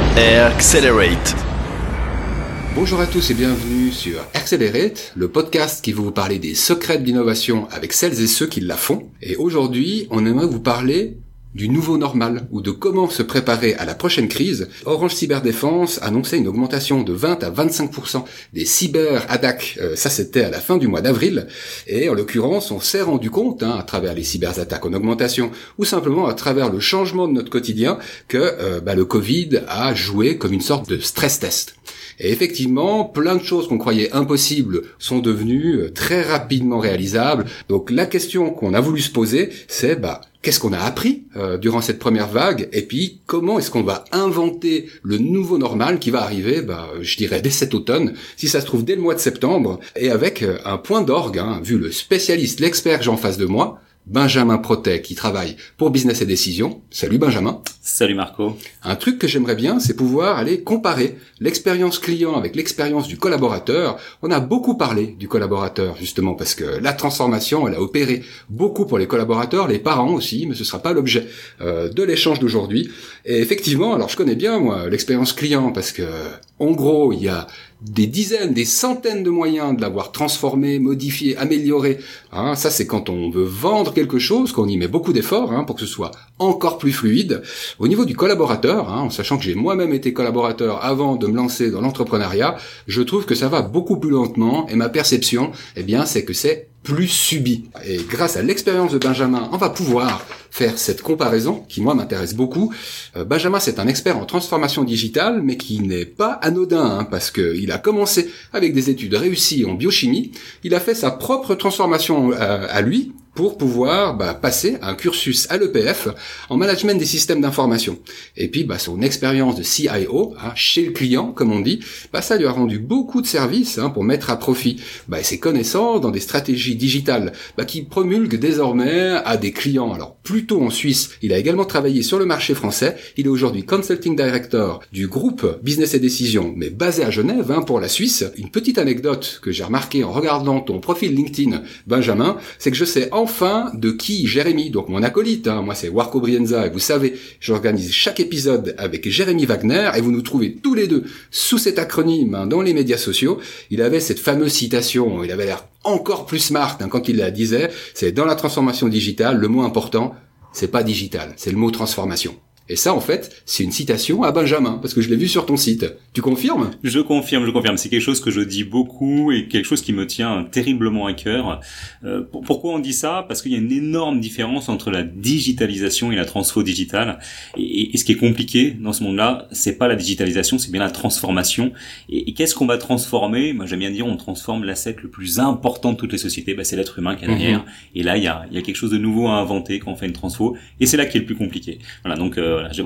Accelerate. Bonjour à tous et bienvenue sur Accelerate, le podcast qui va vous parler des secrets de l'innovation avec celles et ceux qui la font. Et aujourd'hui, on aimerait vous parler du nouveau normal ou de comment se préparer à la prochaine crise. Orange Cyberdéfense annonçait une augmentation de 20 à 25% des cyberattaques. Ça, c'était à la fin du mois d'avril. Et en l'occurrence, on s'est rendu compte, à travers les cyberattaques en augmentation ou simplement à travers le changement de notre quotidien, que le Covid a joué comme une sorte de stress test. Et effectivement, plein de choses qu'on croyait impossibles sont devenues très rapidement réalisables. Donc la question qu'on a voulu se poser, c'est qu'est-ce qu'on a appris durant cette première vague, et puis comment est-ce qu'on va inventer le nouveau normal qui va arriver, je dirais dès cet automne, si ça se trouve dès le mois de septembre, et avec un point d'orgue, vu le spécialiste, l'expert que j'ai en face de moi, Benjamin Protet, qui travaille pour Business et Décision. Salut Benjamin. Salut Marco. Un truc que j'aimerais bien, c'est pouvoir aller comparer l'expérience client avec l'expérience du collaborateur. On a beaucoup parlé du collaborateur, justement, parce que la transformation, elle a opéré beaucoup pour les collaborateurs, les parents aussi, mais ce sera pas l'objet de l'échange d'aujourd'hui. Et effectivement, alors je connais bien, moi, l'expérience client, parce que, en gros, il y a des dizaines, des centaines de moyens de l'avoir transformé, modifié, amélioré. Ça, c'est quand on veut vendre quelque chose, qu'on y met beaucoup d'efforts pour que ce soit encore plus fluide. Au niveau du collaborateur, en sachant que j'ai moi-même été collaborateur avant de me lancer dans l'entrepreneuriat, je trouve que ça va beaucoup plus lentement, et ma perception, c'est que c'est plus subi. Et grâce à l'expérience de Benjamin, on va pouvoir faire cette comparaison qui, moi, m'intéresse beaucoup. Benjamin, c'est un expert en transformation digitale, mais qui n'est pas anodin, parce que il a commencé avec des études réussies en biochimie. Il a fait sa propre transformation à lui, pour pouvoir passer un cursus à l'EPF en management des systèmes d'information. Et puis son expérience de CIO chez le client, comme on dit, ça lui a rendu beaucoup de services pour mettre à profit ses connaissances dans des stratégies digitales qui promulguent désormais à des clients. Alors plutôt en Suisse, il a également travaillé sur le marché français. Il est aujourd'hui Consulting Director du groupe Business et Décision, mais basé à Genève pour la Suisse. Une petite anecdote que j'ai remarquée en regardant ton profil LinkedIn, Benjamin, c'est que je sais enfin de qui Jérémy, donc mon acolyte, moi c'est Warco Brienza, et vous savez, j'organise chaque épisode avec Jérémy Wagner, et vous nous trouvez tous les deux sous cet acronyme dans les médias sociaux. Il avait cette fameuse citation, il avait l'air encore plus smart quand il la disait, c'est dans la transformation digitale, le mot important, c'est pas digital, c'est le mot transformation. Et ça, en fait, c'est une citation à Benjamin, parce que je l'ai vu sur ton site. Tu confirmes ? Je confirme. C'est quelque chose que je dis beaucoup et quelque chose qui me tient terriblement à cœur. Pourquoi on dit ça ? Parce qu'il y a une énorme différence entre la digitalisation et la transfo digitale. Et ce qui est compliqué dans ce monde-là, c'est pas la digitalisation, c'est bien la transformation. Et qu'est-ce qu'on va transformer ? Moi, j'aime bien dire, on transforme l'asset le plus important de toutes les sociétés. C'est l'être humain qui est derrière. Et là, il y a quelque chose de nouveau à inventer quand on fait une transfo. Et c'est là qui est le plus compliqué. Voilà, donc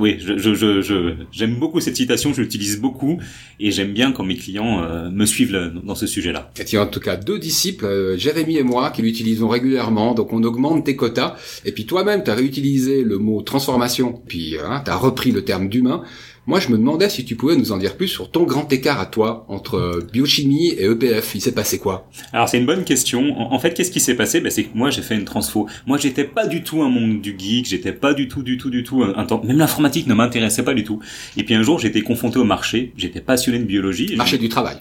j'aime beaucoup cette citation, je l'utilise beaucoup et j'aime bien quand mes clients me suivent dans ce sujet-là. Et il y a en tout cas deux disciples, Jérémy et moi, qui l'utilisons régulièrement, donc on augmente tes quotas. Et puis toi-même, tu as réutilisé le mot transformation, puis tu as repris le terme d'humain. Moi, je me demandais si tu pouvais nous en dire plus sur ton grand écart à toi entre biochimie et EPF. Il s'est passé quoi ? Alors, c'est une bonne question. En fait, qu'est-ce qui s'est passé ? C'est que moi, j'ai fait une transfo. Moi, j'étais pas du tout un monde du geek. J'étais pas du tout un temps. Même l'informatique ne m'intéressait pas du tout. Et puis un jour, j'ai été confronté au marché. J'étais passionné de biologie. Marché du travail.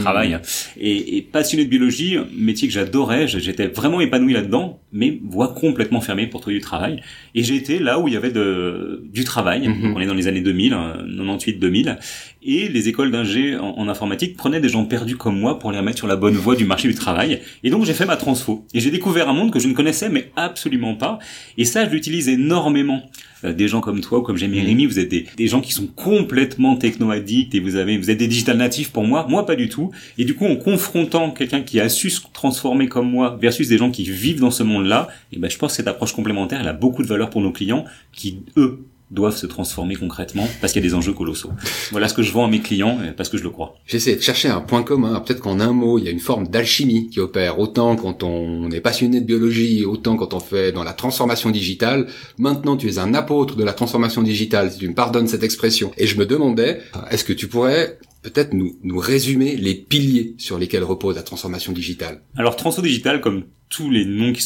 Et passionné de biologie, métier que j'adorais. J'étais vraiment épanoui là-dedans, mais voie complètement fermée pour trouver du travail. Et j'ai été là où il y avait du travail. On est dans les années 2000. 98-2000, et les écoles d'ingé en informatique prenaient des gens perdus comme moi pour les remettre sur la bonne voie du marché du travail. Et donc j'ai fait ma transfo. Et j'ai découvert un monde que je ne connaissais mais absolument pas. Et ça, je l'utilise énormément. Des gens comme toi ou comme Jérémy, vous êtes des gens qui sont complètement techno-addicts et vous êtes des digital natifs pour moi pas du tout. Et du coup, en confrontant quelqu'un qui a su se transformer comme moi versus des gens qui vivent dans ce monde-là, je pense que cette approche complémentaire, elle a beaucoup de valeur pour nos clients qui, eux, doivent se transformer concrètement parce qu'il y a des enjeux colossaux. Voilà ce que je vends à mes clients parce que je le crois. J'essaie de chercher un point commun. Peut-être qu'en un mot, il y a une forme d'alchimie qui opère autant quand on est passionné de biologie, autant quand on fait dans la transformation digitale. Maintenant, tu es un apôtre de la transformation digitale, si tu me pardonnes cette expression. Et je me demandais, est-ce que tu pourrais peut-être nous résumer les piliers sur lesquels repose la transformation digitale ? Alors, transfo digitale, comme tous les noms qui sont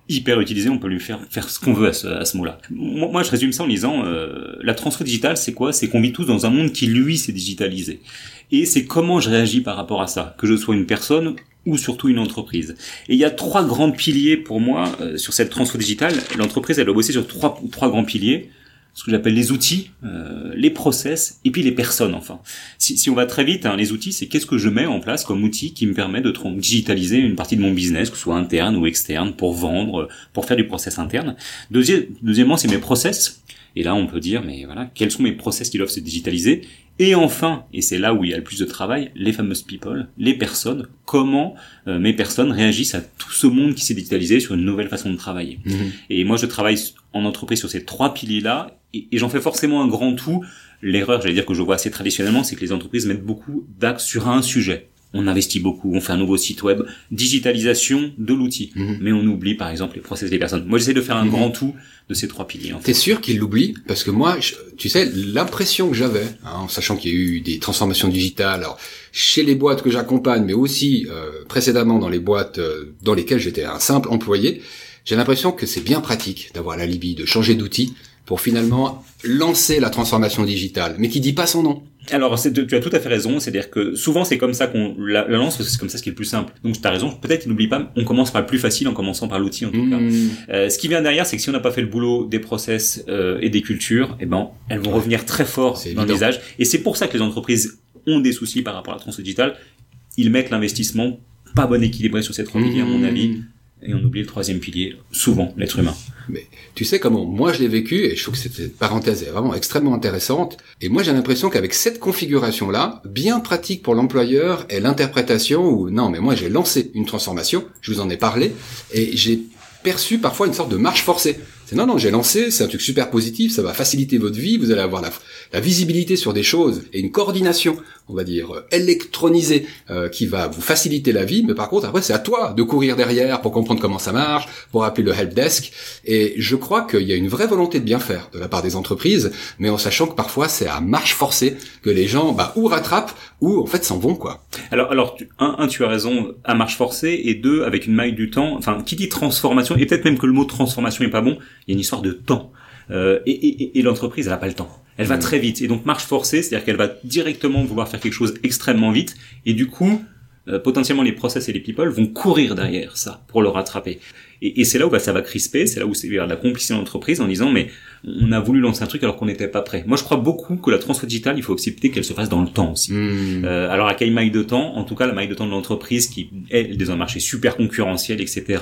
hyper utilisé, on peut lui faire ce qu'on veut à ce mot-là. Moi, je résume ça en disant, la transfo digitale, c'est quoi? C'est qu'on vit tous dans un monde qui, lui, s'est digitalisé. Et c'est comment je réagis par rapport à ça, que je sois une personne ou surtout une entreprise. Et il y a 3 grands piliers pour moi sur cette transfo digitale. L'entreprise, elle doit bosser sur trois grands piliers, ce que j'appelle les outils, les process et puis les personnes. Enfin, si on va très vite, les outils, c'est qu'est-ce que je mets en place comme outil qui me permet de digitaliser une partie de mon business, que ce soit interne ou externe, pour vendre, pour faire du process interne. Deuxièmement, c'est mes process. Et là, on peut dire, mais voilà, quels sont mes process qui doivent se digitaliser? Et enfin, et c'est là où il y a le plus de travail, les fameuses people, les personnes, comment mes personnes réagissent à tout ce monde qui s'est digitalisé sur une nouvelle façon de travailler. Et moi, je travaille en entreprise sur ces 3 piliers-là, et j'en fais forcément un grand tout. L'erreur, j'allais dire, que je vois assez traditionnellement, c'est que les entreprises mettent beaucoup d'axes sur un sujet. On investit beaucoup, on fait un nouveau site web, digitalisation de l'outil. Mais on oublie, par exemple, les process des personnes. Moi, j'essaie de faire un grand tout de ces 3 piliers. En fait. T'es sûr qu'ils l'oublient? Parce que moi, tu sais, l'impression que j'avais, en sachant qu'il y a eu des transformations digitales, alors chez les boîtes que j'accompagne, mais aussi précédemment dans les boîtes dans lesquelles j'étais un simple employé, j'ai l'impression que c'est bien pratique d'avoir l'alibi, de changer d'outil pour finalement lancer la transformation digitale, mais qui dit pas son nom. Alors, tu as tout à fait raison, c'est-à-dire que souvent c'est comme ça qu'on la lance, parce que c'est comme ça ce qui est le plus simple. Donc tu as raison, peut-être qu'il n'oublie pas, on commence par le plus facile en commençant par l'outil en tout cas. Ce qui vient derrière, c'est que si on n'a pas fait le boulot des process et des cultures, elles vont revenir très fort dans le visage. Et c'est pour ça que les entreprises ont des soucis par rapport à la transformation digitale. Ils mettent l'investissement pas bon équilibré sur ces 3 piliers à mon avis. Et on oublie le 3e pilier, souvent, l'être humain. Mais tu sais comment moi je l'ai vécu, et je trouve que cette parenthèse est vraiment extrêmement intéressante, et moi j'ai l'impression qu'avec cette configuration-là, bien pratique pour l'employeur est l'interprétation où, non mais moi j'ai lancé une transformation, je vous en ai parlé, et j'ai perçu parfois une sorte de marche forcée. C'est non, j'ai lancé, c'est un truc super positif, ça va faciliter votre vie, vous allez avoir la visibilité sur des choses et une coordination, on va dire, électronisée, qui va vous faciliter la vie, mais par contre, après, c'est à toi de courir derrière pour comprendre comment ça marche, pour appeler le helpdesk, et je crois qu'il y a une vraie volonté de bien faire de la part des entreprises, mais en sachant que parfois, c'est à marche forcée que les gens, ou rattrapent, ou en fait s'en vont, quoi. Alors, tu as raison, à marche forcée, et 2, avec une maille du temps, enfin, qui dit transformation, et peut-être même que le mot transformation est pas bon, il y a une histoire de temps. Et l'entreprise, elle n'a pas le temps. Elle va très vite. Et donc, marche forcée, c'est-à-dire qu'elle va directement vouloir faire quelque chose extrêmement vite. Et du coup, potentiellement, les process et les people vont courir derrière ça pour le rattraper. Et c'est là où ça va crisper, c'est là où c'est vers la complicité de l'entreprise en disant, mais on a voulu lancer un truc alors qu'on n'était pas prêt. Moi, je crois beaucoup que la transfo digitale, il faut accepter qu'elle se fasse dans le temps aussi. Alors, à quelle maille de temps? En tout cas, la maille de temps de l'entreprise qui est dans un marché super concurrentiel, etc.,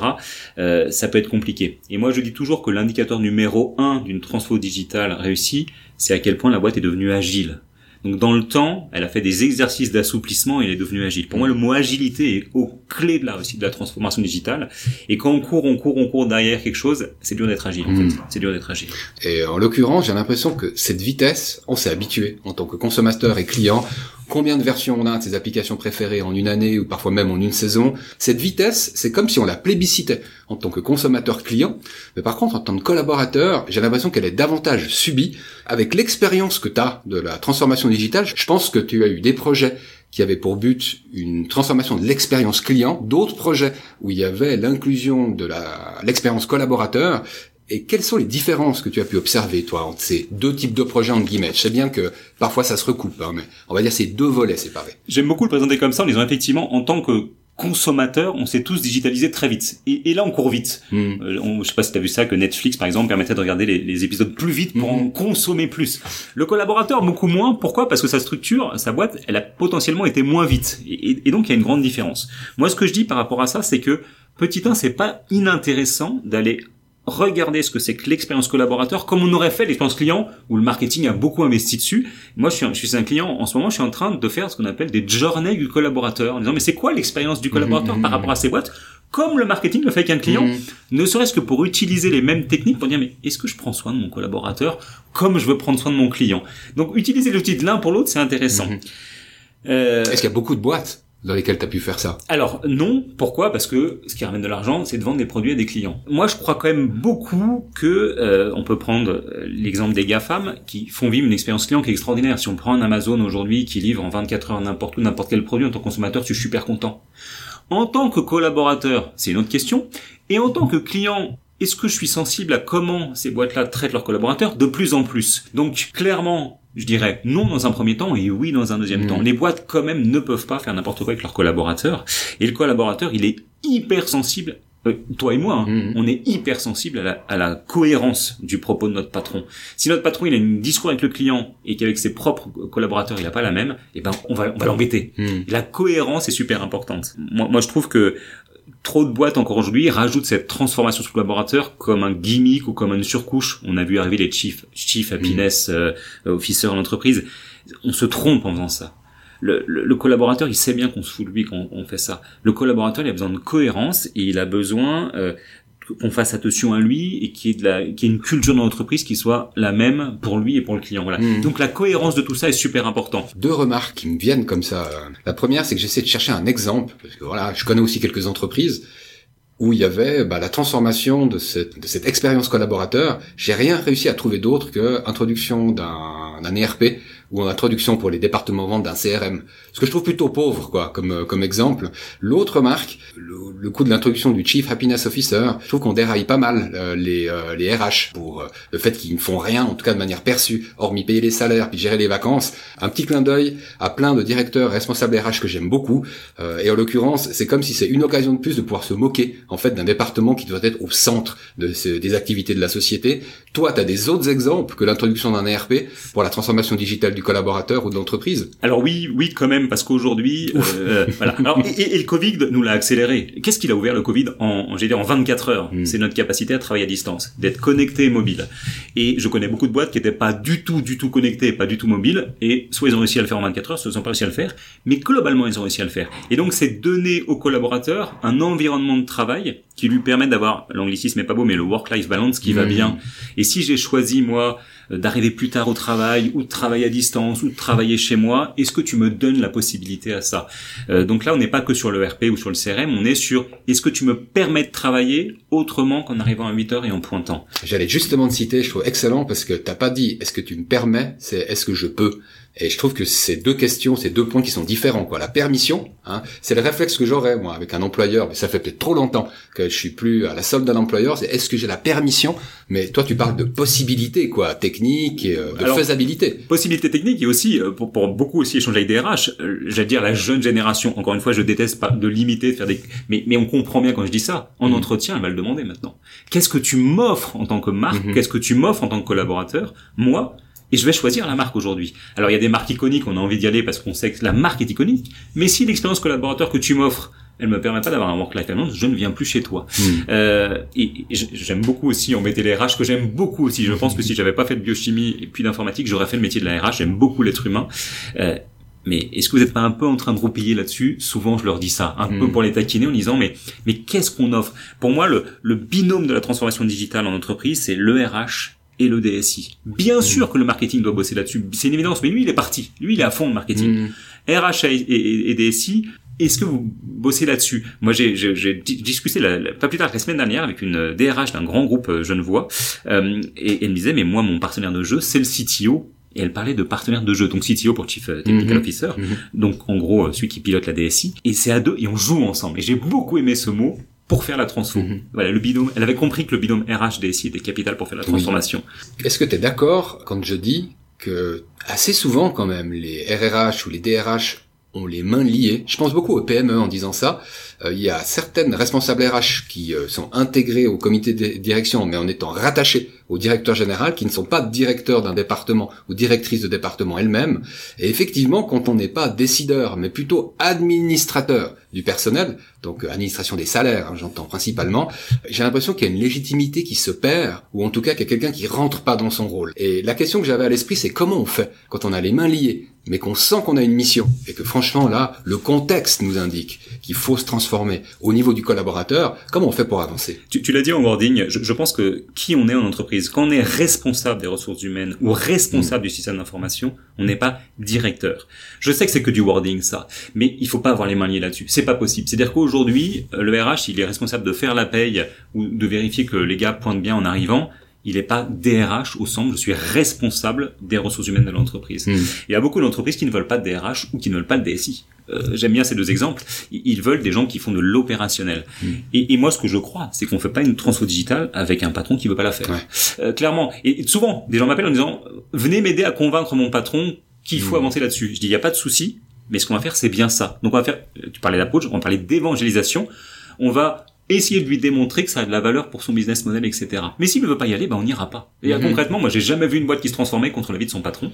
ça peut être compliqué. Et moi, je dis toujours que l'indicateur numéro 1 d'une transfo digitale réussie, c'est à quel point la boîte est devenue agile. Donc dans le temps, elle a fait des exercices d'assouplissement et elle est devenue agile. Pour moi, le mot agilité est au clé de la réussite de la transformation digitale. Et quand on court derrière quelque chose, c'est dur d'être agile en fait. C'est dur d'être agile. Et en l'occurrence, j'ai l'impression que cette vitesse, on s'est habitué en tant que consommateur et client. Combien de versions on a de ses applications préférées en une année ou parfois même en une saison. Cette vitesse, c'est comme si on la plébiscitait en tant que consommateur-client. Mais par contre, en tant que collaborateur, j'ai l'impression qu'elle est davantage subie. Avec l'expérience que tu as de la transformation digitale, je pense que tu as eu des projets qui avaient pour but une transformation de l'expérience client, d'autres projets où il y avait l'inclusion de l'expérience collaborateur. Et quelles sont les différences que tu as pu observer, toi, entre ces 2 types de projets, entre guillemets? Je sais bien que parfois ça se recoupe, mais on va dire ces 2 volets séparés. J'aime beaucoup le présenter comme ça en disant effectivement, en tant que consommateur, on s'est tous digitalisés très vite. Et là, on court vite. Je sais pas si tu as vu ça, que Netflix, par exemple, permettait de regarder les épisodes plus vite pour en consommer plus. Le collaborateur, beaucoup moins. Pourquoi? Parce que sa structure, sa boîte, elle a potentiellement été moins vite. Et donc, il y a une grande différence. Moi, ce que je dis par rapport à ça, c'est que, petit 1, c'est pas inintéressant d'aller regarder ce que c'est que l'expérience collaborateur, comme on aurait fait l'expérience client, où le marketing a beaucoup investi dessus. Moi, je suis un client, en ce moment, je suis en train de faire ce qu'on appelle des journées du collaborateur, en disant, mais c'est quoi l'expérience du collaborateur par rapport à ces boîtes? Comme le marketing le fait avec un client, ne serait-ce que pour utiliser les mêmes techniques pour dire, mais est-ce que je prends soin de mon collaborateur comme je veux prendre soin de mon client? Donc, utiliser l'outil de l'un pour l'autre, c'est intéressant. Est-ce qu'il y a beaucoup de boîtes dans lesquelles tu as pu faire ça? Alors non, pourquoi? Parce que ce qui ramène de l'argent, c'est de vendre des produits à des clients. Moi, je crois quand même beaucoup que on peut prendre l'exemple des GAFAM qui font vivre une expérience client qui est extraordinaire. Si on prend un Amazon aujourd'hui qui livre en 24 heures n'importe où, n'importe quel produit, en tant que consommateur, tu es super content. En tant que collaborateur, c'est une autre question. Et en tant que client, est-ce que je suis sensible à comment ces boîtes-là traitent leurs collaborateurs? De plus en plus. Donc, clairement, je dirais non dans un premier temps et oui dans un deuxième temps. Les boîtes, quand même, ne peuvent pas faire n'importe quoi avec leurs collaborateurs. Et le collaborateur, il est hyper sensible. Toi et moi, on est hyper sensible à la cohérence du propos de notre patron. Si notre patron, il a un discours avec le client et qu'avec ses propres collaborateurs, il n'a pas la même, eh ben, on va l'embêter. La cohérence est super importante. Moi, je trouve que trop de boîtes encore aujourd'hui rajoutent cette transformation sur le collaborateur comme un gimmick ou comme une surcouche. On a vu arriver les chief happiness officer en entreprise. On se trompe en faisant ça. Le collaborateur, il sait bien qu'on se fout de lui quand on fait ça. Le collaborateur, il a besoin de cohérence et il a besoin qu'on fasse attention à lui et qu'il y ait une culture dans l'entreprise qui soit la même pour lui et pour le client. Voilà. Donc la cohérence de tout ça est super important. 2 remarques qui me viennent comme ça. La première, c'est que j'essaie de chercher un exemple parce que voilà, je connais aussi quelques entreprises où il y avait la transformation de cette expérience collaborateur. J'ai rien réussi à trouver d'autre que introduction d'un ERP ou en introduction pour les départements vente d'un CRM. Ce que je trouve plutôt pauvre, quoi, comme exemple. L'autre remarque, le coup de l'introduction du Chief Happiness Officer, je trouve qu'on déraille pas mal les RH pour le fait qu'ils ne font rien, en tout cas de manière perçue, hormis payer les salaires puis gérer les vacances. Un petit clin d'œil à plein de directeurs responsables RH que j'aime beaucoup. Et en l'occurrence, c'est comme si c'est une occasion de plus de pouvoir se moquer, en fait, d'un département qui doit être au centre des activités de la société. Toi, tu as des autres exemples que l'introduction d'un ERP pour la transformation digitale du collaborateur ou de l'entreprise? Alors oui, quand même, parce qu'aujourd'hui, voilà. Alors, et le Covid nous l'a accéléré. Qu'est-ce qu'il a ouvert le Covid en 24 heures? C'est notre capacité à travailler à distance, d'être connecté et mobile. Et je connais beaucoup de boîtes qui n'étaient pas du tout connectées, pas du tout mobiles, et soit ils ont réussi à le faire en 24 heures, soit ils n'ont pas réussi à le faire, mais globalement ils ont réussi à le faire. Et donc c'est donner au collaborateur un environnement de travail qui lui permet d'avoir, l'anglicisme est pas beau, mais le work-life balance qui va bien. Et si j'ai choisi, moi, d'arriver plus tard au travail, ou de travailler à distance, ou de travailler chez moi, est-ce que tu me donnes la possibilité à ça? Donc là, on n'est pas que sur le RP ou sur le CRM, on est sur est-ce que tu me permets de travailler autrement qu'en arrivant à 8 heures et en pointant? J'allais justement te citer, je trouve excellent, parce que t'as pas dit est-ce que tu me permets, c'est est-ce que je peux? Et je trouve que ces 2 questions, ces 2 points qui sont différents, quoi. La permission, c'est le réflexe que j'aurais, moi, avec un employeur, mais ça fait peut-être trop longtemps que je suis plus à la solde d'un employeur, c'est est-ce que j'ai la permission? Mais toi, tu parles de possibilité, quoi, technique et de faisabilité. Possibilité technique et aussi, pour beaucoup aussi échanger avec des RH, j'allais dire la jeune génération, encore une fois, je déteste pas de limiter, de faire mais on comprend bien quand je dis ça. En entretien, elle va le demander maintenant. Qu'est-ce que tu m'offres en tant que marque? Qu'est-ce que tu m'offres en tant que collaborateur? Moi, et je vais choisir la marque aujourd'hui. Alors, il y a des marques iconiques, on a envie d'y aller parce qu'on sait que la marque est iconique. Mais si l'expérience collaborateur que tu m'offres, elle me permet pas d'avoir un work-life balance, je ne viens plus chez toi. Et j'aime beaucoup aussi embêter les RH, que j'aime beaucoup aussi. Je pense que si j'avais pas fait de biochimie et puis d'informatique, j'aurais fait le métier de la RH. J'aime beaucoup l'être humain. Mais est-ce que vous n'êtes pas un peu en train de roupiller là-dessus? Souvent, je leur dis ça, un peu pour les taquiner en disant, mais qu'est-ce qu'on offre? Pour moi, le binôme de la transformation digitale en entreprise, c'est le RH et le DSI. Bien sûr que le marketing doit bosser là-dessus, c'est une évidence, mais lui, il est parti. Lui, il est à fond de marketing. RH et DSI, est-ce que vous bossez là-dessus? Moi, j'ai discuté pas plus tard que la semaine dernière avec une DRH d'un grand groupe genevois, et elle me disait, mais moi, mon partenaire de jeu, c'est le CTO. Et elle parlait de partenaire de jeu, donc CTO pour Chief Technical Officer, donc en gros celui qui pilote la DSI, et c'est à 2 et on joue ensemble. Et j'ai beaucoup aimé ce mot pour faire la transfo. Voilà, le binôme, elle avait compris que le binôme RH-DSI était capital pour faire la transformation. Est-ce que tu es d'accord quand je dis que assez souvent quand même les RRH ou les DRH ont les mains liées? Je pense beaucoup aux PME en disant ça. Il y a certaines responsables RH qui sont intégrés au comité de direction, mais en étant rattachés au directeur général, qui ne sont pas directeurs d'un département ou directrices de département elles-mêmes. Et effectivement, quand on n'est pas décideur, mais plutôt administrateur du personnel, donc administration des salaires, j'entends principalement, j'ai l'impression qu'il y a une légitimité qui se perd, ou en tout cas qu'il y a quelqu'un qui rentre pas dans son rôle. Et la question que j'avais à l'esprit, c'est comment on fait quand on a les mains liées, mais qu'on sent qu'on a une mission, et que franchement là, le contexte nous indique qu'il faut se transformer au niveau du collaborateur. Comment on fait pour avancer? Tu l'as dit en wording, je pense que qui on est en entreprise, quand on est responsable des ressources humaines ou responsable du système d'information, on n'est pas directeur. Je sais que c'est que du wording ça, mais il faut pas avoir les mains liées là-dessus. C'est pas possible. C'est-à-dire qu'aujourd'hui, le RH, il est responsable de faire la paye ou de vérifier que les gars pointent bien en arrivant. il n'est pas DRH au sens je suis responsable des ressources humaines de l'entreprise. Il y a beaucoup d'entreprises qui ne veulent pas de DRH ou qui ne veulent pas de DSI. J'aime bien ces deux exemples. Ils veulent des gens qui font de l'opérationnel. Et moi, ce que je crois, c'est qu'on fait pas une transfo digitale avec un patron qui veut pas la faire. Clairement. Et souvent, des gens m'appellent en disant venez m'aider à convaincre mon patron qu'il faut avancer là-dessus. Je dis il y a pas de souci, mais ce qu'on va faire, c'est bien ça. Donc on va faire. Tu parlais d'approach, on va parler d'évangélisation. On va essayer de lui démontrer que ça a de la valeur pour son business model, etc. Mais s'il ne veut pas y aller, on n'ira pas. Et concrètement, moi, j'ai jamais vu une boîte qui se transformait contre l'avis de son patron.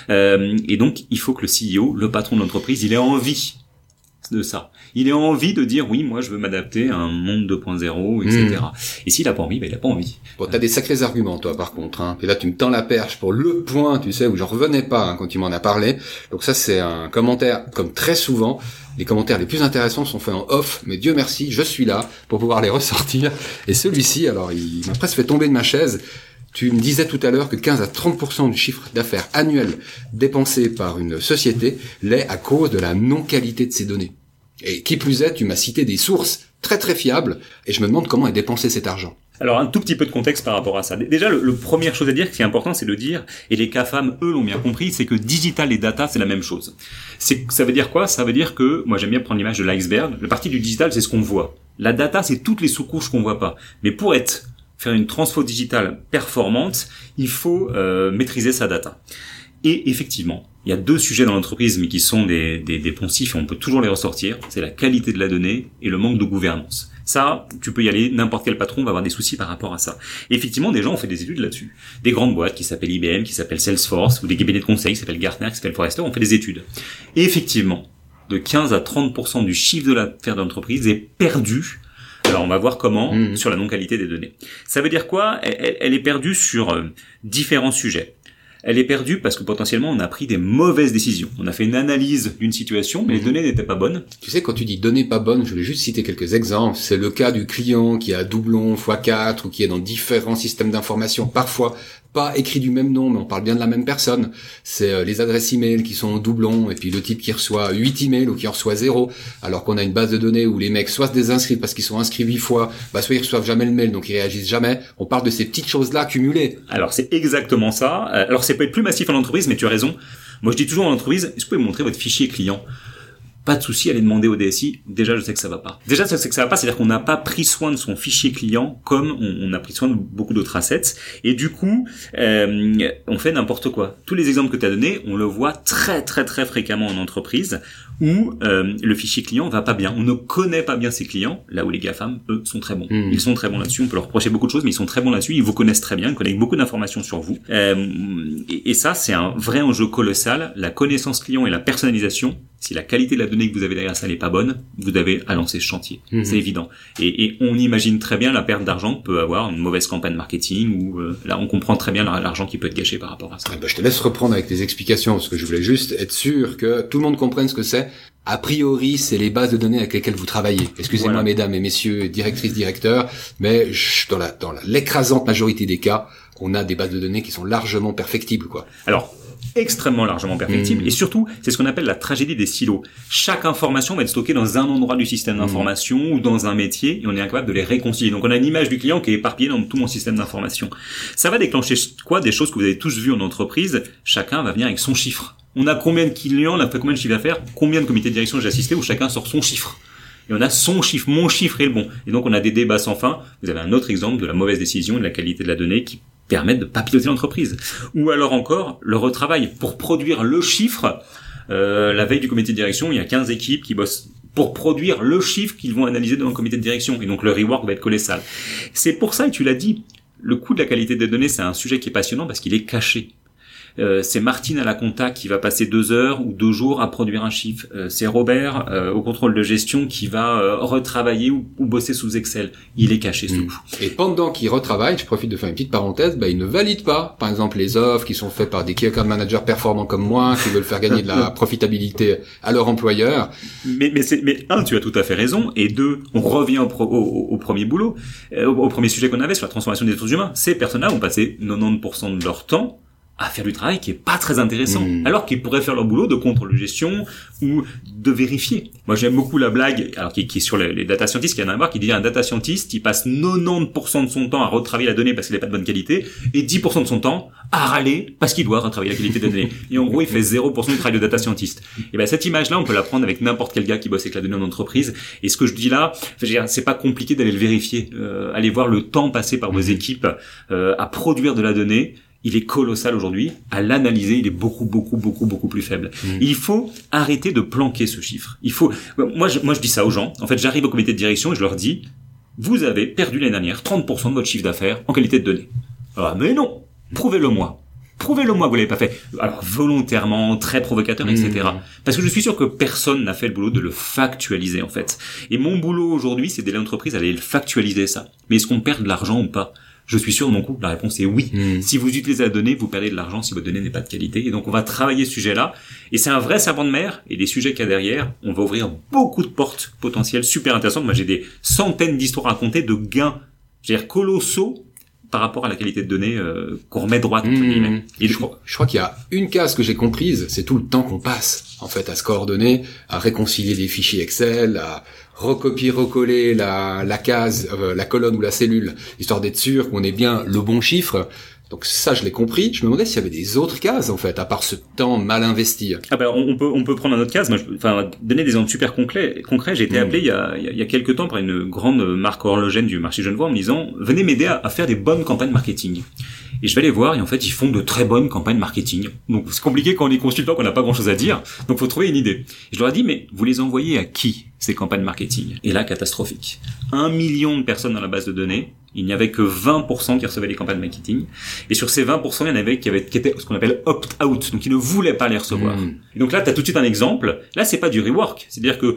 Et donc, il faut que le CEO, le patron de l'entreprise, il ait envie de ça. Il ait envie de dire, oui, moi, je veux m'adapter à un monde 2.0, etc. Et s'il a pas envie, il a pas envie. Bon, t'as des sacrés arguments, toi, par contre, hein. Et là, tu me tends la perche pour le point, tu sais, où j'en revenais pas, quand tu m'en as parlé. Donc ça, c'est un commentaire, comme très souvent. Les commentaires les plus intéressants sont faits en off, mais Dieu merci, je suis là pour pouvoir les ressortir. Et celui-ci, alors, il m'a presque fait tomber de ma chaise. Tu me disais tout à l'heure que 15 à 30% du chiffre d'affaires annuel dépensé par une société l'est à cause de la non-qualité de ses données. Et qui plus est, tu m'as cité des sources très très fiables, et je me demande comment est dépensé cet argent. Alors, un tout petit peu de contexte par rapport à ça. Déjà, le première chose à dire, ce qui est important, c'est de dire, et les CAFAM, eux, l'ont bien compris, c'est que digital et data, c'est la même chose. Ça veut dire quoi? Ça veut dire que, moi, j'aime bien prendre l'image de l'iceberg. La partie du digital, c'est ce qu'on voit. La data, c'est toutes les sous-couches qu'on voit pas. Mais pour faire une transfo digitale performante, il faut maîtriser sa data. Et effectivement, il y a deux sujets dans l'entreprise, mais qui sont des poncifs, et on peut toujours les ressortir. C'est la qualité de la donnée et le manque de gouvernance. Ça, tu peux y aller, n'importe quel patron va avoir des soucis par rapport à ça. Et effectivement, des gens ont fait des études là-dessus. Des grandes boîtes qui s'appellent IBM, qui s'appellent Salesforce, ou des cabinets de conseil qui s'appellent Gartner, qui s'appellent Forrester, ont fait des études. Et effectivement, de 15 à 30% du chiffre de l'affaire de l'entreprise est perdu. Alors, on va voir comment sur la non-qualité des données. Ça veut dire quoi? Elle est perdue sur différents sujets. Elle est perdue parce que potentiellement on a pris des mauvaises décisions. On a fait une analyse d'une situation, mais les données n'étaient pas bonnes. Tu sais, quand tu dis données pas bonnes, je vais juste citer quelques exemples. C'est le cas du client qui a doublon x4 ou qui est dans différents systèmes d'information, parfois pas écrit du même nom, mais on parle bien de la même personne. C'est les adresses email qui sont en doublon, et puis le type qui reçoit 8 emails ou qui en reçoit 0, alors qu'on a une base de données où les mecs soit se désinscrivent parce qu'ils sont inscrits 8 fois, soit ils reçoivent jamais le mail, donc ils réagissent jamais. On parle de ces petites choses-là cumulées. Alors c'est exactement ça. Alors ça peut être plus massif en entreprise, mais tu as raison. Moi je dis toujours en entreprise, est-ce que vous pouvez me montrer votre fichier client? Pas de souci, allez demander au DSI. Déjà, je sais que ça va pas. Déjà, je sais que ça va pas, c'est-à-dire qu'on n'a pas pris soin de son fichier client comme on a pris soin de beaucoup d'autres assets. Et du coup, on fait n'importe quoi. Tous les exemples que tu as donnés, on le voit très, très, très fréquemment en entreprise où le fichier client va pas bien. On ne connaît pas bien ses clients, là où les GAFAM, eux, sont très bons. Ils sont très bons là-dessus. On peut leur reprocher beaucoup de choses, mais ils sont très bons là-dessus. Ils vous connaissent très bien. Ils connaissent beaucoup d'informations sur vous. Et ça, c'est un vrai enjeu colossal. La connaissance client et la personnalisation. Si la qualité de la donnée que vous avez derrière ça n'est pas bonne, vous avez à lancer ce chantier. C'est évident. Et on imagine très bien la perte d'argent que peut avoir une mauvaise campagne marketing ou là on comprend très bien l'argent qui peut être gâché par rapport à ça. Je te laisse reprendre avec tes explications parce que je voulais juste être sûr que tout le monde comprenne ce que c'est. A priori, c'est les bases de données avec lesquelles vous travaillez. Excusez-moi, mesdames et messieurs, directrices, directeurs, mais dans l'écrasante majorité des cas, on a des bases de données qui sont largement perfectibles, quoi. Alors, extrêmement largement perfectible et surtout c'est ce qu'on appelle la tragédie des silos. Chaque information va être stockée dans un endroit du système d'information ou dans un métier et on est incapable de les réconcilier. Donc on a une image du client qui est éparpillée dans tout mon système d'information. Ça va déclencher quoi? Des choses que vous avez tous vues en entreprise. Chacun va venir avec son chiffre. On a combien de clients, on a fait combien de chiffre d'affaires, combien de comités de direction j'ai assisté où chacun sort son chiffre. Et on a son chiffre, mon chiffre est le bon. Et donc on a des débats sans fin. Vous avez un autre exemple de la mauvaise décision et de la qualité de la donnée qui permettent de pas piloter l'entreprise. Ou alors encore, le retravail. Pour produire le chiffre, la veille du comité de direction, il y a 15 équipes qui bossent pour produire le chiffre qu'ils vont analyser dans le comité de direction. Et donc le rework va être colossal. C'est pour ça, et tu l'as dit, le coût de la qualité des données, c'est un sujet qui est passionnant parce qu'il est caché. C'est Martine à la compta qui va passer 2 heures ou 2 jours à produire un chiffre. C'est Robert au contrôle de gestion qui va retravailler ou bosser sous Excel. Il est caché sous. Et pendant qu'il retravaille, je profite de faire une petite parenthèse, il ne valide pas, par exemple, les offres qui sont faites par des key account managers performants comme moi, qui veulent faire gagner de la profitabilité à leur employeur. Mais un, tu as tout à fait raison, et deux, on revient au premier boulot, au premier sujet qu'on avait sur la transformation des ressources humains. Ces personnes-là ont passé 90% de leur temps à faire du travail qui est pas très intéressant, alors qu'ils pourraient faire leur boulot de contrôle de gestion ou de vérifier. Moi, j'aime beaucoup la blague, alors qui est sur les data scientists, qui a un avoir, qui dit un data scientist, il passe 90% de son temps à retravailler la donnée parce qu'elle n'est pas de bonne qualité, et 10% de son temps à râler parce qu'il doit retravailler la qualité de la donnée. Et en gros, il fait 0% du travail de data scientist. Et ben, cette image-là, on peut la prendre avec n'importe quel gars qui bosse avec la donnée en entreprise. Et ce que je dis là, c'est pas compliqué d'aller le vérifier. Allez voir le temps passé par vos équipes à produire de la donnée. Il est colossal aujourd'hui. À l'analyser, il est beaucoup plus faible. Il faut arrêter de planquer ce chiffre. Moi, je dis ça aux gens. En fait, j'arrive au comité de direction et je leur dis, vous avez perdu l'année dernière 30% de votre chiffre d'affaires en qualité de données. Ah, mais non! Prouvez-le-moi. Prouvez-le-moi que vous l'avez pas fait. Alors, volontairement, très provocateur, etc. Parce que je suis sûr que personne n'a fait le boulot de le factualiser, en fait. Et mon boulot aujourd'hui, c'est d'aider l'entreprise à aller le factualiser, ça. Mais est-ce qu'on perd de l'argent ou pas? Je suis sûr, de mon coup, la réponse est oui. Si vous utilisez la donnée, vous perdez de l'argent si votre donnée n'est pas de qualité. Et donc, on va travailler ce sujet-là. Et c'est un vrai serpent de mer. Et les sujets qu'il y a derrière, on va ouvrir beaucoup de portes potentielles super intéressantes. Moi, j'ai des centaines d'histoires à raconter de gains, colossaux par rapport à la qualité de données qu'on remet droite. Et je crois qu'il y a une case que j'ai comprise, c'est tout le temps qu'on passe, en fait, à se coordonner, à réconcilier des fichiers Excel, à recopier-recoller la case, la colonne ou la cellule, histoire d'être sûr qu'on ait bien le bon chiffre. Donc ça, je l'ai compris. Je me demandais s'il y avait des autres cases, en fait, à part ce temps mal investi. Ah ben, on peut prendre un autre case. Moi, donner des exemples super concrets. J'ai été appelé il y a quelques temps par une grande marque horlogère du marché genevois en me disant, venez m'aider à faire des bonnes campagnes marketing. Et je vais aller voir, et en fait, ils font de très bonnes campagnes marketing. Donc, c'est compliqué quand on est consultant, qu'on n'a pas grand chose à dire. Donc, faut trouver une idée. Et je leur ai dit, mais vous les envoyez à qui, ces campagnes marketing? Et là, catastrophique. 1 million de personnes dans la base de données. Il n'y avait que 20% qui recevaient les campagnes marketing. Et sur ces 20%, il y en avait qui étaient ce qu'on appelle opt-out. Donc, ils ne voulaient pas les recevoir. Et donc là, tu as tout de suite un exemple. Là, c'est pas du rework. C'est-à-dire que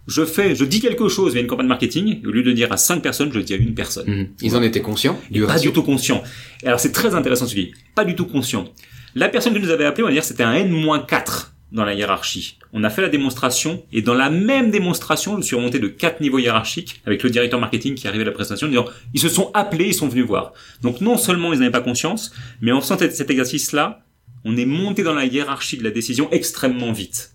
je dis quelque chose via une campagne marketing, et au lieu de dire à 5 personnes, je le dis à une personne. Ils en étaient conscients? Pas du tout conscients. Et alors, c'est très intéressant ce que tu dis. Pas du tout conscients. La personne qui nous avait appelé, on va dire, c'était un N-4 dans la hiérarchie. On a fait la démonstration, et dans la même démonstration, je suis remonté de 4 niveaux hiérarchiques avec le directeur marketing qui arrivait à la présentation en disant, ils se sont appelés, ils sont venus voir. Donc, non seulement ils n'avaient pas conscience, mais en faisant cet exercice-là, on est monté dans la hiérarchie de la décision extrêmement vite.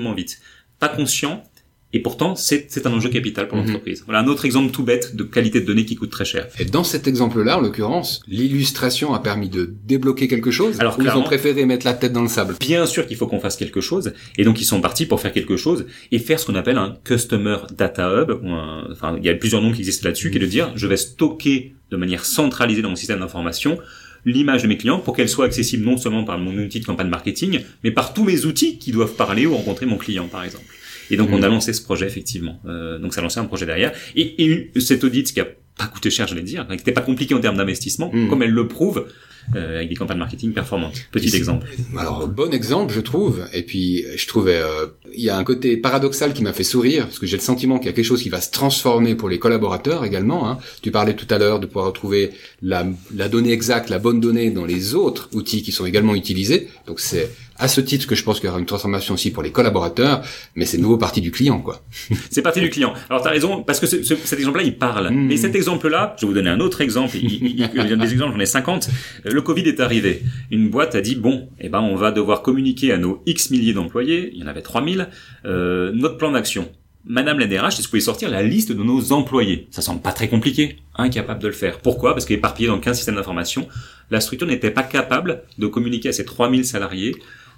Pas conscient. Et pourtant, c'est un enjeu capital pour l'entreprise. Voilà un autre exemple tout bête de qualité de données qui coûte très cher. Et dans cet exemple-là, en l'occurrence, l'illustration a permis de débloquer quelque chose. Alors, ou ils ont préféré mettre la tête dans le sable? Bien sûr qu'il faut qu'on fasse quelque chose. Et donc, ils sont partis pour faire quelque chose et faire ce qu'on appelle un Customer Data Hub. Il y a plusieurs noms qui existent là-dessus, qui est de dire, je vais stocker de manière centralisée dans mon système d'information l'image de mes clients pour qu'elle soit accessible non seulement par mon outil de campagne marketing, mais par tous mes outils qui doivent parler ou rencontrer mon client, par exemple. Et donc, on a lancé ce projet, effectivement. Donc, ça a lancé un projet derrière. Et cet audit, qui a pas coûté cher, je vais le dire, qui n'était pas compliqué en termes d'investissement, comme elle le prouve, avec des campagnes marketing performantes. Petit exemple. Alors, bon exemple, je trouve. Et puis, je trouvais, il y a un côté paradoxal qui m'a fait sourire, parce que j'ai le sentiment qu'il y a quelque chose qui va se transformer pour les collaborateurs également, hein. Tu parlais tout à l'heure de pouvoir retrouver la donnée exacte, la bonne donnée dans les autres outils qui sont également utilisés. Donc, c'est à ce titre que je pense qu'il y aura une transformation aussi pour les collaborateurs, mais c'est nouveau parti du client, quoi. C'est parti du client. Alors, t'as raison, parce que cet exemple-là, il parle. Mais cet exemple-là, je vais vous donner un autre exemple. Il y a des exemples, j'en ai 50. Le Covid est arrivé. Une boîte a dit, bon, on va devoir communiquer à nos X milliers d'employés. Il y en avait 3000. Notre plan d'action. Madame la DRH, est-ce que vous pouvez sortir la liste de nos employés? Ça semble pas très compliqué. Incapable de le faire. Pourquoi? Parce qu'éparpillé dans 15 systèmes d'information, la structure n'était pas capable de communiquer à ses 3000 salariés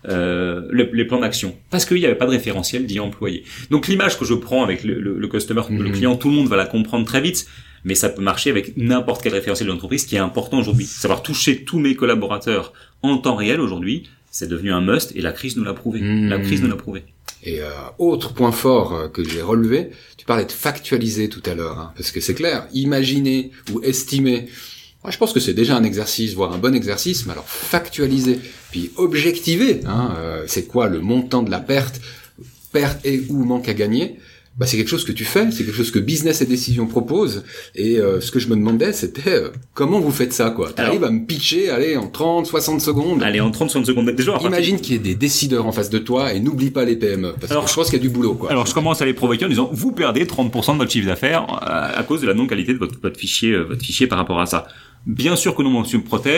les plans d'action, parce qu'il n'y avait pas de référentiel dit employé. Donc l'image que je prends avec le customer, le client, tout le monde va la comprendre très vite, mais ça peut marcher avec n'importe quel référentiel de l'entreprise. Ce qui est important aujourd'hui, savoir toucher tous mes collaborateurs en temps réel aujourd'hui, c'est devenu un must, et la crise nous l'a prouvé. Et autre point fort que j'ai relevé, tu parlais de factualiser tout à l'heure, hein, parce que c'est clair, imaginer ou estimer, moi, je pense que c'est déjà un exercice, voire un bon exercice, mais alors factualiser, puis objectiver, hein, c'est quoi le montant de la perte et ou manque à gagner, c'est quelque chose que tu fais, c'est quelque chose que Business et Décision propose, et ce que je me demandais, c'était comment vous faites ça, quoi. T'arrives à me pitcher, allez, en 30, 60 secondes. Allez, en 30, 60 secondes. Déjà, imagine qu'il y ait des décideurs en face de toi, et n'oublie pas les PME, parce que je pense qu'il y a du boulot, quoi. Alors, je commence à les provoquer en disant, vous perdez 30% de votre chiffre d'affaires à cause de la non-qualité de votre fichier par rapport à ça. Bien sûr que non, monsieur Protet,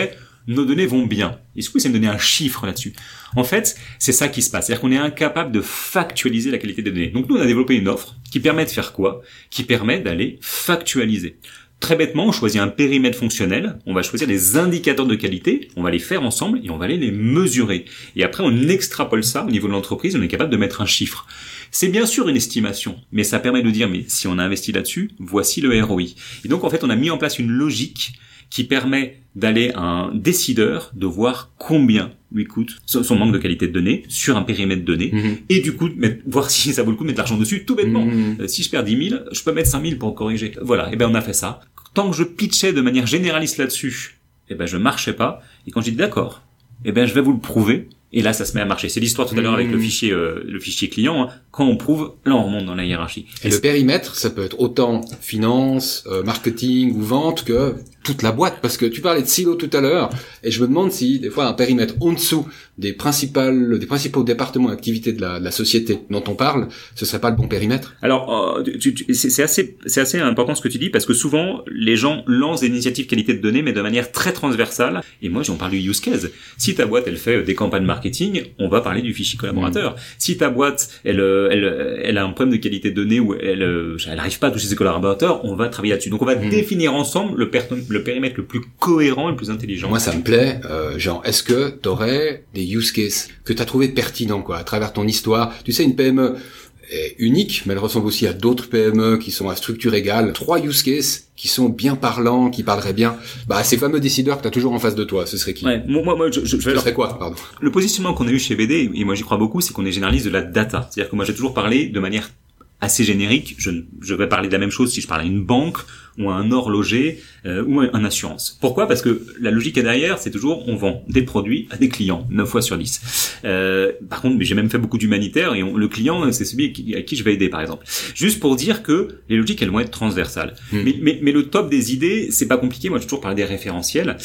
nos données vont bien. Est-ce que vous pouvez me donner un chiffre là-dessus? En fait, c'est ça qui se passe. C'est-à-dire qu'on est incapable de factualiser la qualité des données. Donc nous, on a développé une offre qui permet de faire quoi? Qui permet d'aller factualiser. Très bêtement, on choisit un périmètre fonctionnel, on va choisir des indicateurs de qualité, on va les faire ensemble et on va aller les mesurer. Et après, on extrapole ça au niveau de l'entreprise, on est capable de mettre un chiffre. C'est bien sûr une estimation, mais ça permet de dire, mais si on a investi là-dessus, voici le ROI. Et donc, en fait, on a mis en place une logique qui permet d'aller à un décideur de voir combien lui coûte son manque de qualité de données sur un périmètre donné, et du coup, voir si ça vaut le coup de mettre de l'argent dessus, tout bêtement. Si je perds 10 000, je peux mettre 5 000 pour corriger. Voilà, et ben on a fait ça. Tant que je pitchais de manière généraliste là-dessus, et ben je marchais pas, et quand j'ai dit d'accord, et ben je vais vous le prouver, et là ça se met à marcher. C'est l'histoire tout à l'heure avec le fichier client, hein. Quand on prouve, là on remonte dans la hiérarchie. Et le périmètre, ça peut être autant finance, marketing ou vente que toute la boîte, parce que tu parlais de silo tout à l'heure, et je me demande si des fois un périmètre en dessous des principaux départements et activités de la société dont on parle, ce serait pas le bon périmètre. Alors c'est assez important ce que tu dis, parce que souvent les gens lancent des initiatives qualité de données mais de manière très transversale, et moi j'en parle du use case. Si ta boîte elle fait des campagnes marketing, on va parler du fichier collaborateur. Si ta boîte elle a un problème de qualité de données où elle arrive pas à toucher ses collaborateurs, on va travailler là-dessus. Donc on va définir ensemble le périmètre le plus cohérent et le plus intelligent. Moi, ça me plaît. Genre, est-ce que t'aurais des use cases que t'as trouvé pertinents, quoi, à travers ton histoire? Tu sais, une PME est unique, mais elle ressemble aussi à d'autres PME qui sont à structure égale. 3 use cases qui sont bien parlants, qui parleraient bien. Bah, ces fameux décideurs que t'as toujours en face de toi, ce serait qui? Ouais, moi, je serais quoi, pardon? Le positionnement qu'on a eu chez BD, et moi j'y crois beaucoup, c'est qu'on est généraliste de la data. C'est-à-dire que moi j'ai toujours parlé de manière assez générique. Je vais parler de la même chose si je parle à une banque ou à un horloger ou à une assurance. Pourquoi? Parce que la logique derrière, c'est toujours on vend des produits à des clients, 9 fois sur 10. Par contre, j'ai même fait beaucoup d'humanitaire et le client, c'est celui à qui je vais aider, par exemple. Juste pour dire que les logiques, elles vont être transversales. Mais le top des idées, c'est pas compliqué. Moi, j'ai toujours parlé des référentiels.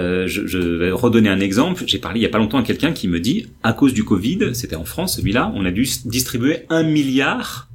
Je vais redonner un exemple. J'ai parlé il y a pas longtemps à quelqu'un qui me dit, à cause du Covid, c'était en France, celui-là, on a dû distribuer 1 milliard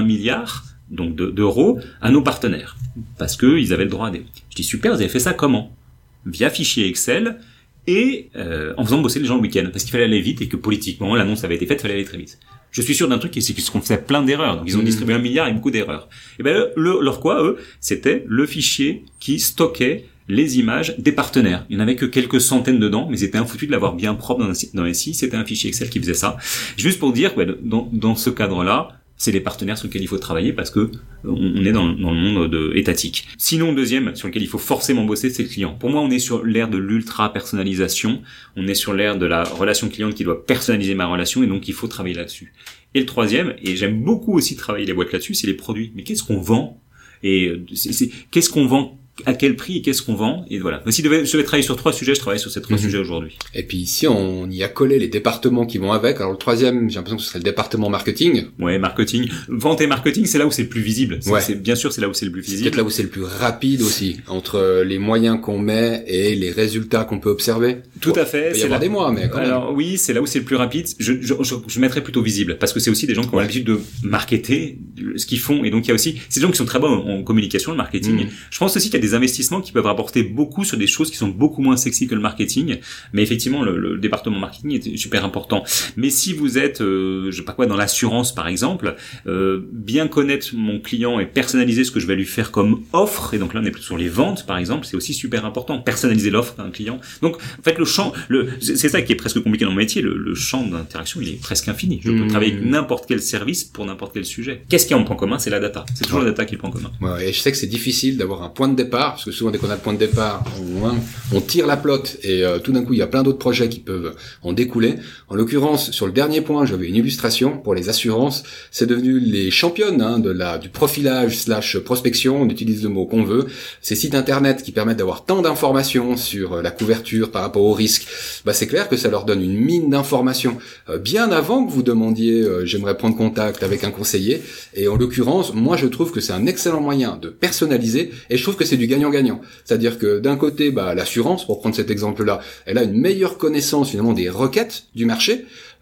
donc d'euros à nos partenaires parce que ils avaient le droit à des. Je dis super, vous avez fait ça comment? Via fichier Excel et en faisant bosser les gens le week-end parce qu'il fallait aller vite et que politiquement l'annonce avait été faite, il fallait aller très vite. Je suis sûr d'un truc, c'est qu'ils ont fait plein d'erreurs. Donc ils ont distribué 1 milliard et beaucoup d'erreurs. Et ben leur quoi eux, c'était le fichier qui stockait les images des partenaires. Il n'y en avait que quelques centaines dedans, mais ils étaient infoutus de l'avoir bien propre dans les SI. C'était un fichier Excel qui faisait ça. Juste pour dire que dans ce cadre-là, c'est les partenaires sur lesquels il faut travailler parce que on est dans le monde étatique. Sinon, deuxième sur lequel il faut forcément bosser, c'est le client. Pour moi, on est sur l'ère de l'ultra personnalisation. On est sur l'ère de la relation client qui doit personnaliser ma relation et donc il faut travailler là-dessus. Et le troisième, et j'aime beaucoup aussi travailler les boîtes là-dessus, c'est les produits. Mais qu'est-ce qu'on vend? Et qu'est-ce qu'on vend? À quel prix et qu'est-ce qu'on vend? Et voilà. Si je devais travailler sur 3 sujets, je travaille sur ces 3 sujets aujourd'hui. Et puis ici, on y a collé les départements qui vont avec. Alors le troisième, j'ai l'impression que ce serait le département marketing. Ouais, marketing. Vente et marketing, c'est là où c'est le plus visible. Bien sûr, c'est là où c'est le plus visible. C'est peut-être là où c'est le plus rapide aussi, entre les moyens qu'on met et les résultats qu'on peut observer. Tout à fait. Il peut y avoir des mois, mais quand même. Alors oui, c'est là où c'est le plus rapide. Je mettrais plutôt visible, parce que c'est aussi des gens qui ont l'habitude de marketer ce qu'ils font. Et donc il y a aussi ces gens qui sont très bons en communication, le marketing. Je pense aussi qu'il y a des investissements qui peuvent rapporter beaucoup sur des choses qui sont beaucoup moins sexy que le marketing, mais effectivement le département marketing est super important. Mais si vous êtes je sais pas quoi dans l'assurance par exemple, bien connaître mon client et personnaliser ce que je vais lui faire comme offre, et donc là on est plutôt sur les ventes par exemple, c'est aussi super important, personnaliser l'offre d'un client. Donc en fait c'est ça qui est presque compliqué dans mon métier, le champ d'interaction il est presque infini. Je peux travailler avec n'importe quel service pour n'importe quel sujet. Qu'est-ce qu'il y a en point commun? C'est la data. C'est toujours la data qui est le point commun. Ouais, et je sais que c'est difficile d'avoir un point de départ, parce que souvent dès qu'on a le point de départ, on tire la pelote et tout d'un coup il y a plein d'autres projets qui peuvent en découler. En l'occurrence, sur le dernier point, j'avais une illustration pour les assurances. C'est devenu les championnes du profilage / prospection, on utilise le mot qu'on veut. Ces sites internet qui permettent d'avoir tant d'informations sur la couverture par rapport au risque, c'est clair que ça leur donne une mine d'informations bien avant que vous demandiez j'aimerais prendre contact avec un conseiller. Et en l'occurrence, moi je trouve que c'est un excellent moyen de personnaliser, et je trouve que c'est du gagnant-gagnant. C'est-à-dire que d'un côté, l'assurance, pour prendre cet exemple-là, elle a une meilleure connaissance finalement des requêtes du marché.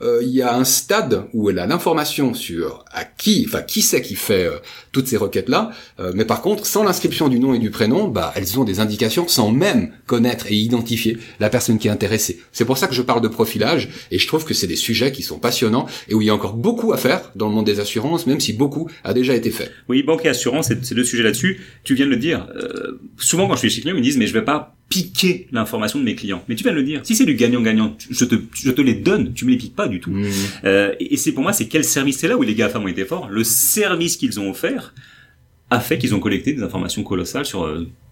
il y a un stade où elle a l'information sur qui c'est qui fait toutes ces requêtes-là, mais par contre, sans l'inscription du nom et du prénom, elles ont des indications sans même connaître et identifier la personne qui est intéressée. C'est pour ça que je parle de profilage, et je trouve que c'est des sujets qui sont passionnants et où il y a encore beaucoup à faire dans le monde des assurances, même si beaucoup a déjà été fait. Oui, banque et assurance, c'est deux sujets là-dessus. Tu viens de le dire. Souvent, quand je suis chez clients, ils me disent, mais je vais pas piquer l'information de mes clients. Mais tu viens de le dire. Si c'est du gagnant-gagnant, je te les donne. Tu me les piques pas du tout. Et c'est pour moi, c'est quel service c'est là où les GAFAM ont été forts. Le service qu'ils ont offert a fait qu'ils ont collecté des informations colossales sur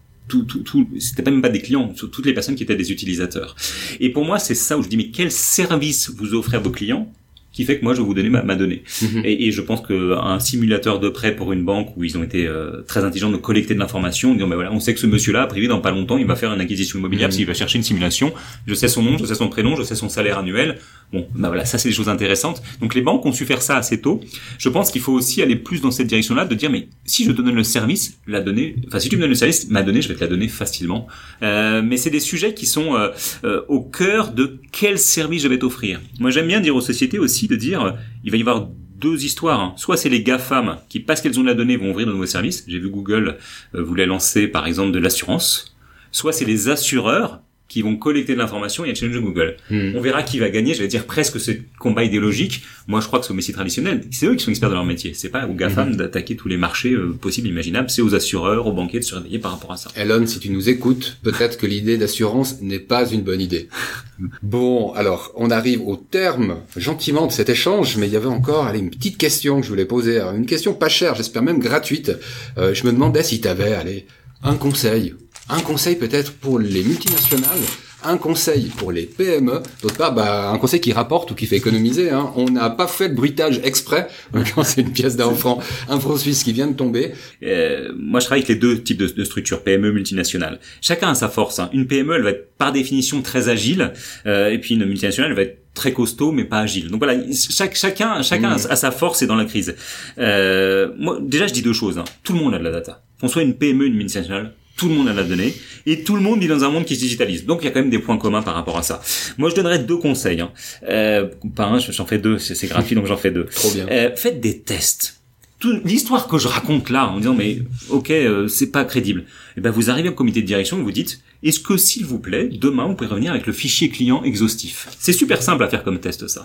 c'était pas même pas des clients, sur toutes les personnes qui étaient des utilisateurs. Et pour moi, c'est ça où je dis, mais quel service vous offrez à vos clients qui fait que moi je vais vous donner ma donnée. Et je pense qu'un simulateur de prêt pour une banque où ils ont été très intelligents de collecter de l'information, en disant on sait que ce monsieur-là, a priori dans pas longtemps, il va faire une acquisition immobilière, s'il va chercher une simulation, je sais son nom, je sais son prénom, je sais son salaire annuel. Bon, ça c'est des choses intéressantes. Donc les banques ont su faire ça assez tôt. Je pense qu'il faut aussi aller plus dans cette direction-là, de dire mais si je te donne le service, si tu me donnes le service, ma donnée, je vais te la donner facilement. Mais c'est des sujets qui sont au cœur de quel service je vais t'offrir. Moi j'aime bien dire aux sociétés aussi de dire il va y avoir deux histoires. Soit c'est les GAFAM qui, parce qu'elles ont de la donnée, vont ouvrir de nouveaux services. J'ai vu Google voulait lancer par exemple de l'assurance. Soit c'est les assureurs qui vont collecter de l'information et challenger Google. On verra qui va gagner, je vais dire presque ce combat idéologique. Moi, je crois que c'est au métier traditionnel. C'est eux qui sont experts de leur métier. C'est pas aux GAFAM d'attaquer tous les marchés possibles, imaginables. C'est aux assureurs, aux banquiers de se réveiller par rapport à ça. Elon, si tu nous écoutes, peut-être que l'idée d'assurance n'est pas une bonne idée. Bon, alors, on arrive au terme, gentiment, de cet échange, mais il y avait encore, une petite question que je voulais poser. Alors, une question pas chère, j'espère même gratuite. Je me demandais si tu avais, un conseil peut-être pour les multinationales, un conseil pour les PME, d'autre part, un conseil qui rapporte ou qui fait économiser. On n'a pas fait de bruitage exprès quand c'est une pièce d'un franc suisse qui vient de tomber. Moi, je travaille avec les deux types de structures, PME, multinationales. Chacun a sa force. Une PME, elle va être par définition très agile, et puis une multinationale, elle va être très costaud mais pas agile. Donc voilà, chacun a sa force et dans la crise. Moi, déjà, je dis deux choses. Tout le monde a de la data. Qu'on soit une PME, une multinationale, tout le monde a de la donnée, et tout le monde vit dans un monde qui se digitalise. Donc il y a quand même des points communs par rapport à ça. Moi je donnerais deux conseils. Pas un, j'en fais deux, c'est gratuit donc j'en fais deux. Trop bien. Faites des tests. L'histoire que je raconte là, en disant mais ok, c'est pas crédible. Et vous arrivez au comité de direction et vous dites est-ce que s'il vous plaît, demain vous pouvez revenir avec le fichier client exhaustif. C'est super simple à faire comme test ça.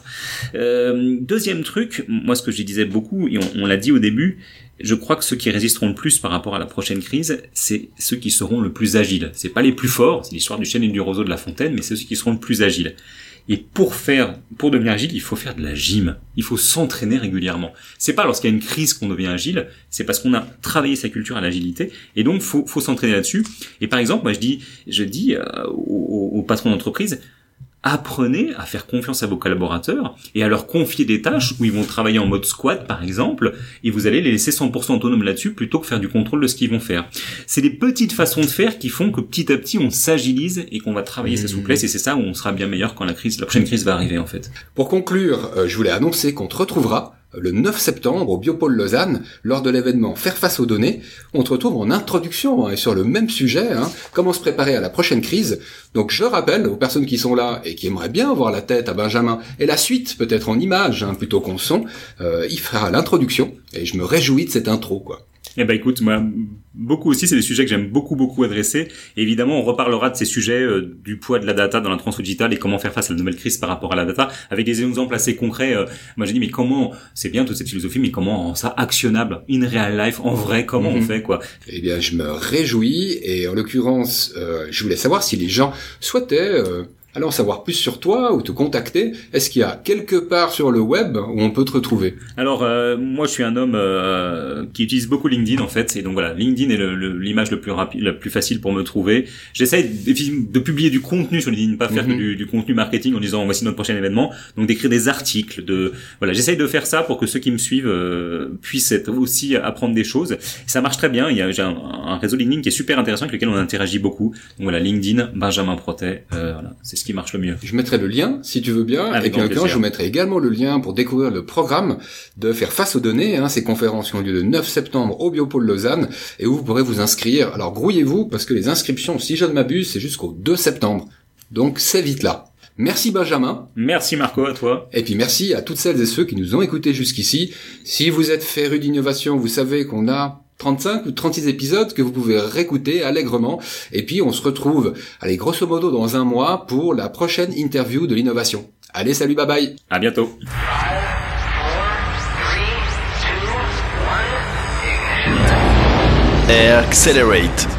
Deuxième truc, moi ce que je disais beaucoup et on l'a dit au début, je crois que ceux qui résisteront le plus par rapport à la prochaine crise, c'est ceux qui seront le plus agiles. C'est pas les plus forts, c'est l'histoire du chêne et du roseau de La Fontaine, mais c'est ceux qui seront le plus agiles. Et pour devenir agile, il faut faire de la gym. Il faut s'entraîner régulièrement. C'est pas lorsqu'il y a une crise qu'on devient agile, c'est parce qu'on a travaillé sa culture à l'agilité. Et donc, faut s'entraîner là-dessus. Et par exemple, moi, je dis aux patrons d'entreprise, apprenez à faire confiance à vos collaborateurs et à leur confier des tâches où ils vont travailler en mode squad, par exemple, et vous allez les laisser 100% autonomes là-dessus plutôt que faire du contrôle de ce qu'ils vont faire. C'est des petites façons de faire qui font que petit à petit, on s'agilise et qu'on va travailler sa souplesse et c'est ça où on sera bien meilleur quand la prochaine crise va arriver, en fait. Pour conclure, je voulais annoncer qu'on te retrouvera le 9 septembre au Biopôle Lausanne, lors de l'événement Faire face aux données. On te retrouve en introduction et sur le même sujet, comment se préparer à la prochaine crise. Donc je rappelle aux personnes qui sont là et qui aimeraient bien voir la tête à Benjamin et la suite peut-être en images plutôt qu'en son, il fera l'introduction et je me réjouis de cette intro, quoi. Écoute, moi, beaucoup aussi, c'est des sujets que j'aime beaucoup adresser. Et évidemment, on reparlera de ces sujets du poids de la data dans la transformation digitale et comment faire face à la nouvelle crise par rapport à la data, avec des exemples assez concrets. Moi, j'ai dit, mais comment, c'est bien toute cette philosophie, mais comment rend ça actionnable, in real life, en vrai, comment on fait, quoi. Eh bien, je me réjouis, et en l'occurrence, je voulais savoir si les gens souhaitaient alors, savoir plus sur toi ou te contacter, est-ce qu'il y a quelque part sur le web où on peut te retrouver? Alors, moi, je suis un homme qui utilise beaucoup LinkedIn, en fait. Et donc, voilà, LinkedIn est l'image le plus rapide, la plus facile pour me trouver. J'essaie de publier du contenu sur LinkedIn, pas faire que du contenu marketing en disant voici notre prochain événement. Donc, d'écrire des articles, j'essaie de faire ça pour que ceux qui me suivent puissent aussi apprendre des choses. Ça marche très bien. J'ai un réseau LinkedIn qui est super intéressant avec lequel on interagit beaucoup. Donc, voilà, LinkedIn, Benjamin Protet, voilà, c'est ce qui marche le mieux. Je mettrai le lien, si tu veux bien, et puis je vous mettrai également le lien pour découvrir le programme de Faire face aux données, ces conférences qui ont lieu le 9 septembre au Biopôle Lausanne, et où vous pourrez vous inscrire. Alors grouillez-vous, parce que les inscriptions, si je ne m'abuse, c'est jusqu'au 2 septembre. Donc c'est vite là. Merci Benjamin. Merci Marco, à toi. Et puis merci à toutes celles et ceux qui nous ont écoutés jusqu'ici. Si vous êtes férus d'innovation, vous savez qu'on a 35 ou 36 épisodes que vous pouvez réécouter allègrement. Et puis on se retrouve, allez, grosso modo dans un mois pour la prochaine interview de l'innovation. Allez, salut, bye bye. À bientôt. Accelerate.